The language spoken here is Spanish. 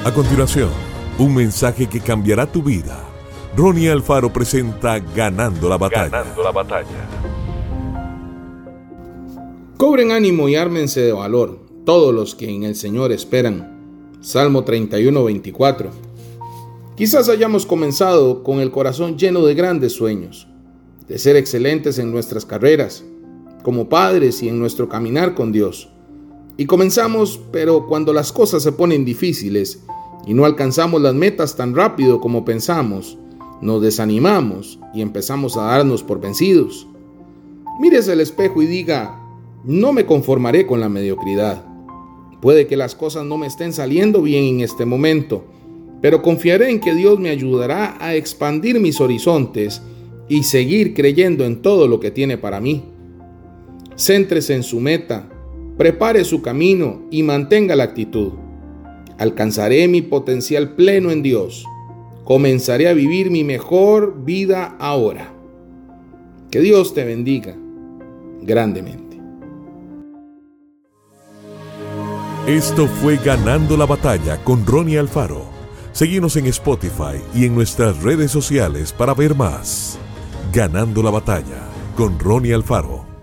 A continuación, un mensaje que cambiará tu vida. Ronnie Alfaro presenta Ganando la Batalla. Cobren ánimo y ármense de valor, todos los que en el Señor esperan. Salmo 31:24. Quizás hayamos comenzado con el corazón lleno de grandes sueños, de ser excelentes en nuestras carreras, como padres y en nuestro caminar con Dios. Y comenzamos, pero cuando las cosas se ponen difíciles y no alcanzamos las metas tan rápido como pensamos, nos desanimamos y empezamos a darnos por vencidos. Mírese al espejo y diga: no me conformaré con la mediocridad. Puede que las cosas no me estén saliendo bien en este momento, pero confiaré en que Dios me ayudará a expandir mis horizontes y seguir creyendo en todo lo que tiene para mí. Céntrese en su meta, prepare su camino y mantenga la actitud. Alcanzaré mi potencial pleno en Dios. Comenzaré a vivir mi mejor vida ahora. Que Dios te bendiga grandemente. Esto fue Ganando la Batalla con Ronnie Alfaro. Síguenos en Spotify y en nuestras redes sociales para ver más. Ganando la Batalla con Ronnie Alfaro.